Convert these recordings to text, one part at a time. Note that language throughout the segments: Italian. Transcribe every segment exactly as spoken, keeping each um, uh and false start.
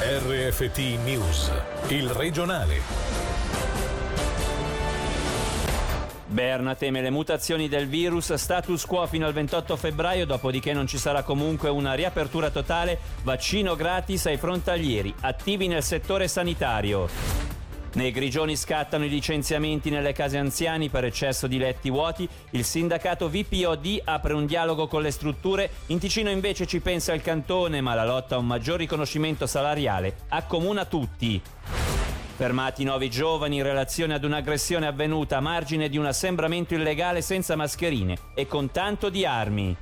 R F T News, il regionale. Berna teme le mutazioni del virus, status quo fino al ventotto febbraio, dopodiché non ci sarà comunque una riapertura totale, vaccino gratis ai frontalieri, attivi nel settore sanitario. Nei Grigioni scattano i licenziamenti nelle case anziani per eccesso di letti vuoti, il sindacato V P O D apre un dialogo con le strutture, in Ticino invece ci pensa il cantone, ma la lotta a un maggior riconoscimento salariale accomuna tutti. Fermati nove giovani in relazione ad un'aggressione avvenuta a margine di un assembramento illegale senza mascherine e con tanto di armi.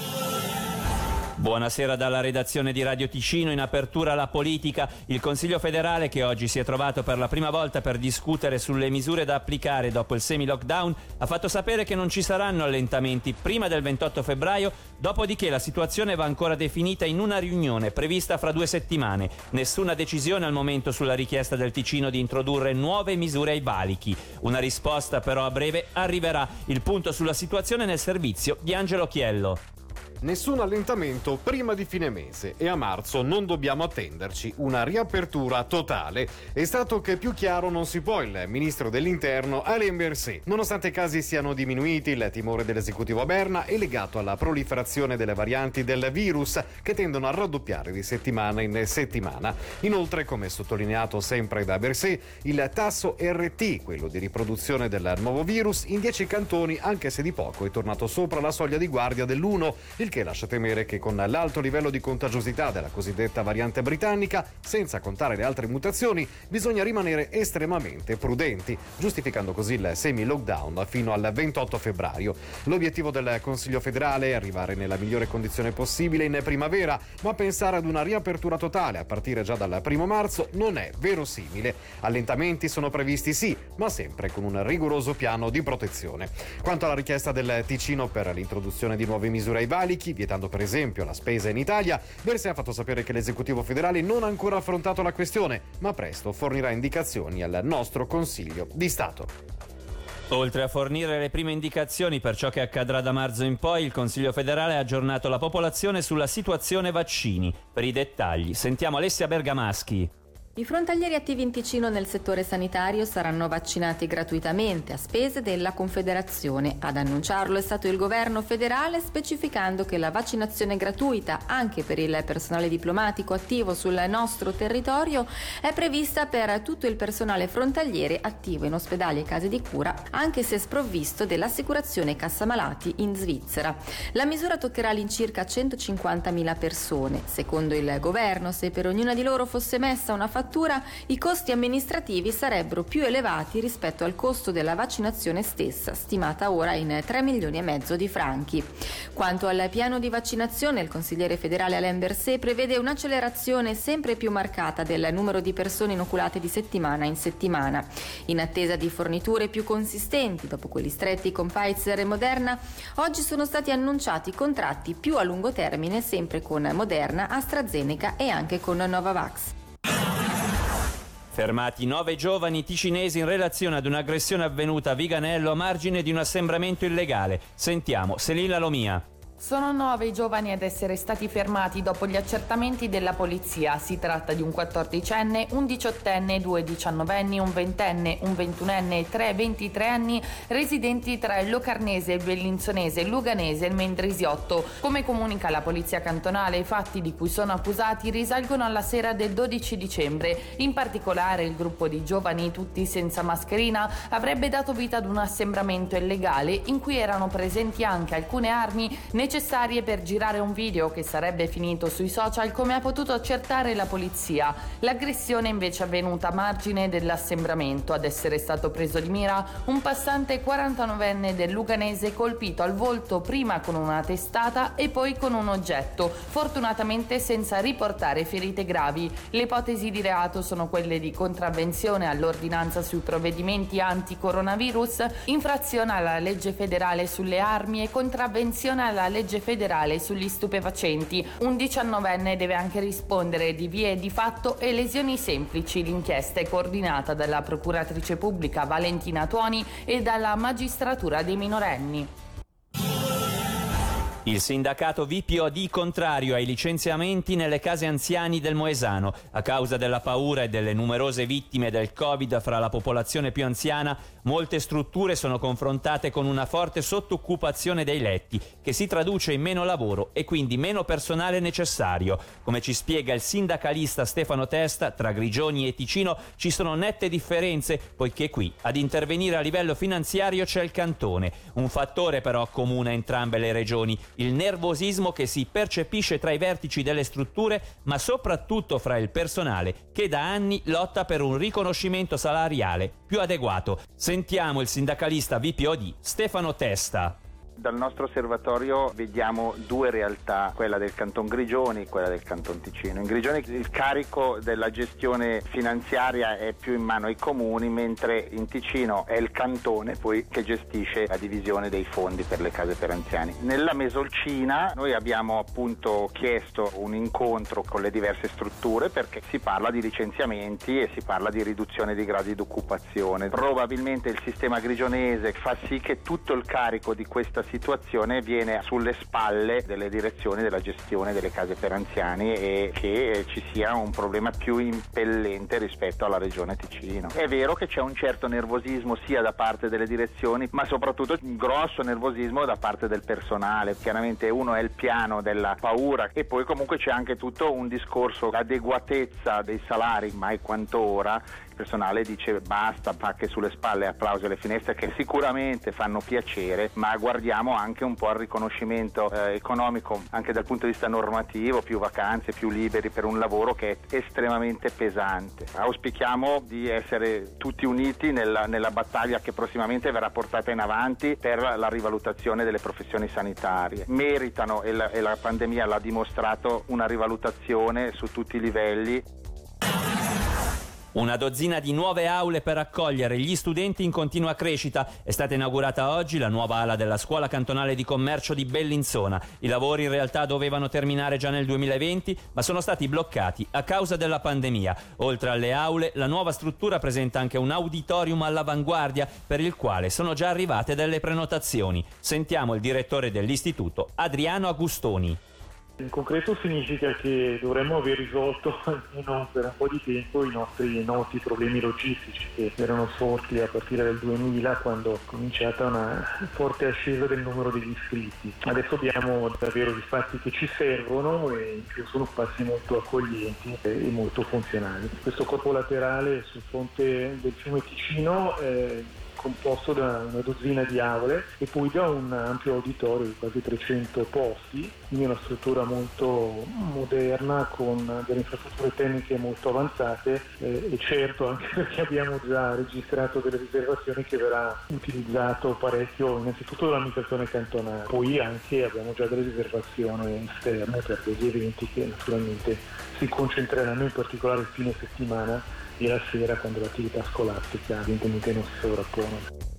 Buonasera dalla redazione di Radio Ticino. In apertura la politica. Il Consiglio federale, che oggi si è trovato per la prima volta per discutere sulle misure da applicare dopo il semi-lockdown, ha fatto sapere che non ci saranno allentamenti prima del ventotto febbraio, dopodiché la situazione va ancora definita in una riunione prevista fra due settimane. Nessuna decisione al momento sulla richiesta del Ticino di introdurre nuove misure ai valichi. Una risposta però a breve arriverà. Il punto sulla situazione nel servizio di Angelo Chiello. Nessun allentamento prima di fine mese e a marzo non dobbiamo attenderci una riapertura totale. È stato che più chiaro non si può il ministro dell'interno Alain Berset. Nonostante i casi siano diminuiti, il timore dell'esecutivo a Berna è legato alla proliferazione delle varianti del virus che tendono a raddoppiare di settimana in settimana. Inoltre, come sottolineato sempre da Berset, il tasso R T, quello di riproduzione del nuovo virus, in dieci cantoni, anche se di poco, è tornato sopra la soglia di guardia dell'uno, il che lascia temere che con l'alto livello di contagiosità della cosiddetta variante britannica, senza contare le altre mutazioni, bisogna rimanere estremamente prudenti, giustificando così il semi-lockdown fino al ventotto febbraio. L'obiettivo del Consiglio federale è arrivare nella migliore condizione possibile in primavera, ma pensare ad una riapertura totale a partire già dal primo marzo non è verosimile. Allentamenti sono previsti sì, ma sempre con un rigoroso piano di protezione. Quanto alla richiesta del Ticino per l'introduzione di nuove misure ai valichi, vietando per esempio la spesa in Italia, Berset ha fatto sapere che l'esecutivo federale non ha ancora affrontato la questione, ma presto fornirà indicazioni al nostro Consiglio di Stato. Oltre a fornire le prime indicazioni per ciò che accadrà da marzo in poi, il Consiglio federale ha aggiornato la popolazione sulla situazione vaccini. Per i dettagli sentiamo Alessia Bergamaschi. I frontalieri attivi in Ticino nel settore sanitario saranno vaccinati gratuitamente a spese della Confederazione. Ad annunciarlo è stato il governo federale, specificando che la vaccinazione gratuita anche per il personale diplomatico attivo sul nostro territorio è prevista per tutto il personale frontaliere attivo in ospedali e case di cura, anche se sprovvisto dell'assicurazione cassa malati in Svizzera. La misura toccherà all'incirca centocinquantamila persone. Secondo il governo, se per ognuna di loro fosse messa una fattura, i costi amministrativi sarebbero più elevati rispetto al costo della vaccinazione stessa, stimata ora in tre milioni e mezzo di franchi. Quanto al piano di vaccinazione, il consigliere federale Alain Berset prevede un'accelerazione sempre più marcata del numero di persone inoculate di settimana in settimana. In attesa di forniture più consistenti, dopo quelli stretti con Pfizer e Moderna, oggi sono stati annunciati contratti più a lungo termine sempre con Moderna, AstraZeneca e anche con Novavax. Fermati nove giovani ticinesi in relazione ad un'aggressione avvenuta a Viganello a margine di un assembramento illegale. Sentiamo Selina Lomia. Sono nove i giovani ad essere stati fermati dopo gli accertamenti della polizia. Si tratta di un quattordicenne, un diciottenne, due diciannovenni, un ventenne, un ventunenne e tre ventitreenni residenti tra il Locarnese, il Bellinzonese, il Luganese e il Mendrisiotto. Come comunica la polizia cantonale, i fatti di cui sono accusati risalgono alla sera del dodici dicembre. In particolare il gruppo di giovani, tutti senza mascherina, avrebbe dato vita ad un assembramento illegale in cui erano presenti anche alcune armi necessarie per girare un video che sarebbe finito sui social, come ha potuto accertare la polizia. L'aggressione invece è avvenuta a margine dell'assembramento. Ad essere stato preso di mira un passante quarantanovenne del Luganese colpito al volto prima con una testata e poi con un oggetto, fortunatamente senza riportare ferite gravi. Le ipotesi di reato sono quelle di contravvenzione all'ordinanza sui provvedimenti anti-coronavirus, infrazione alla legge federale sulle armi e contravvenzione alla legge federale sugli stupefacenti. Un diciannovenne deve anche rispondere di vie di fatto e lesioni semplici. L'inchiesta è coordinata dalla procuratrice pubblica Valentina Tuoni e dalla magistratura dei minorenni. Il sindacato V P O D contrario ai licenziamenti nelle case anziani del Moesano. A causa della paura e delle numerose vittime del Covid fra la popolazione più anziana, molte strutture sono confrontate con una forte sottoccupazione dei letti, che si traduce in meno lavoro e quindi meno personale necessario. Come ci spiega il sindacalista Stefano Testa, tra Grigioni e Ticino ci sono nette differenze, poiché qui ad intervenire a livello finanziario c'è il cantone. Un fattore però comune a entrambe le regioni: il nervosismo che si percepisce tra i vertici delle strutture, ma soprattutto fra il personale, che da anni lotta per un riconoscimento salariale più adeguato. Sentiamo il sindacalista V P O D Stefano Testa. Dal nostro osservatorio vediamo due realtà, quella del Canton Grigioni e quella del Canton Ticino. In Grigioni il carico della gestione finanziaria è più in mano ai comuni, mentre in Ticino è il cantone poi che gestisce la divisione dei fondi per le case per anziani. Nella Mesolcina noi abbiamo appunto chiesto un incontro con le diverse strutture, perché si parla di licenziamenti e si parla di riduzione dei gradi di occupazione. Probabilmente il sistema grigionese fa sì che tutto il carico di questa situazione viene sulle spalle delle direzioni della gestione delle case per anziani e che ci sia un problema più impellente rispetto alla regione Ticino. È vero che c'è un certo nervosismo sia da parte delle direzioni, ma soprattutto un grosso nervosismo da parte del personale. Chiaramente uno è il piano della paura e poi comunque c'è anche tutto un discorso adeguatezza dei salari, mai quanto ora. Il personale dice basta, pacche sulle spalle, applausi alle finestre, che sicuramente fanno piacere, ma guardiamo anche un po' al riconoscimento eh, economico anche dal punto di vista normativo, più vacanze, più liberi per un lavoro che è estremamente pesante. Auspichiamo di essere tutti uniti nella, nella battaglia che prossimamente verrà portata in avanti per la rivalutazione delle professioni sanitarie. Meritano, e la, e la pandemia l'ha dimostrato, una rivalutazione su tutti i livelli. Una dozzina di nuove aule per accogliere gli studenti in continua crescita. È stata inaugurata oggi la nuova ala della Scuola Cantonale di Commercio di Bellinzona. I lavori in realtà dovevano terminare già nel duemilaventi, ma sono stati bloccati a causa della pandemia. Oltre alle aule, la nuova struttura presenta anche un auditorium all'avanguardia, per il quale sono già arrivate delle prenotazioni. Sentiamo il direttore dell'istituto, Adriano Agustoni. In concreto significa che dovremmo aver risolto almeno per un po' di tempo i nostri noti problemi logistici che erano sorti a partire dal duemila, quando è cominciata una forte ascesa del numero degli iscritti. Adesso abbiamo davvero gli spazi che ci servono e in più sono spazi molto accoglienti e molto funzionali. Questo corpo laterale sul fronte del fiume Ticino è composto da una dozzina di aule e poi da un ampio auditorio di quasi trecento posti, quindi una struttura molto moderna con delle infrastrutture tecniche molto avanzate eh, e certo anche perché abbiamo già registrato delle riservazioni che verrà utilizzato parecchio innanzitutto dall'amministrazione cantonale, poi anche abbiamo già delle riservazioni esterne per degli eventi che naturalmente si concentreranno in particolare il fine settimana e la sera, quando l'attività scolastica evidentemente non si sovrappone.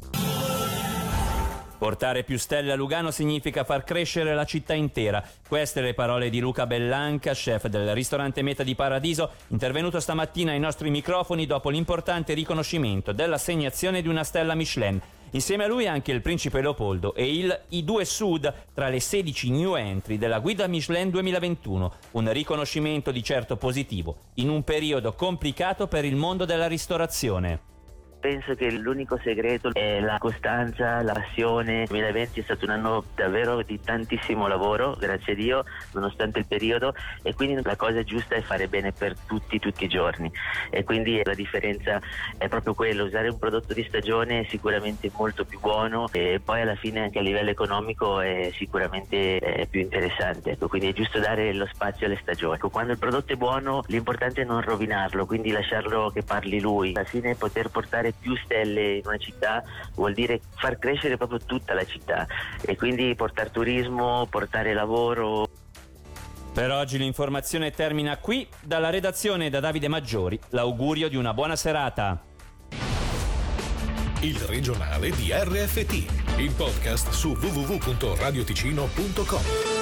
Portare più stelle a Lugano significa far crescere la città intera. Queste le parole di Luca Bellanca, chef del ristorante Meta di Paradiso, intervenuto stamattina ai nostri microfoni dopo l'importante riconoscimento dell'assegnazione di una stella Michelin. Insieme a lui anche il principe Leopoldo e il I due Sud tra le sedici new entry della guida Michelin duemilaventuno, un riconoscimento di certo positivo in un periodo complicato per il mondo della ristorazione. Penso che l'unico segreto è la costanza, la passione. Il duemilaventi è stato un anno davvero di tantissimo lavoro, grazie a Dio, nonostante il periodo, e quindi la cosa giusta è fare bene per tutti, tutti i giorni. E quindi la differenza è proprio quello, usare un prodotto di stagione è sicuramente molto più buono e poi alla fine anche a livello economico è sicuramente è più interessante. Ecco, quindi è giusto dare lo spazio alle stagioni. Ecco, quando il prodotto è buono l'importante è non rovinarlo, quindi lasciarlo che parli lui. Alla fine poter portare più stelle in una città vuol dire far crescere proprio tutta la città e quindi portare turismo, portare lavoro. Per oggi l'informazione termina qui. Dalla redazione da Davide Maggiori l'augurio di una buona serata. Il regionale di R F T, il podcast su w w w punto radioticino punto com.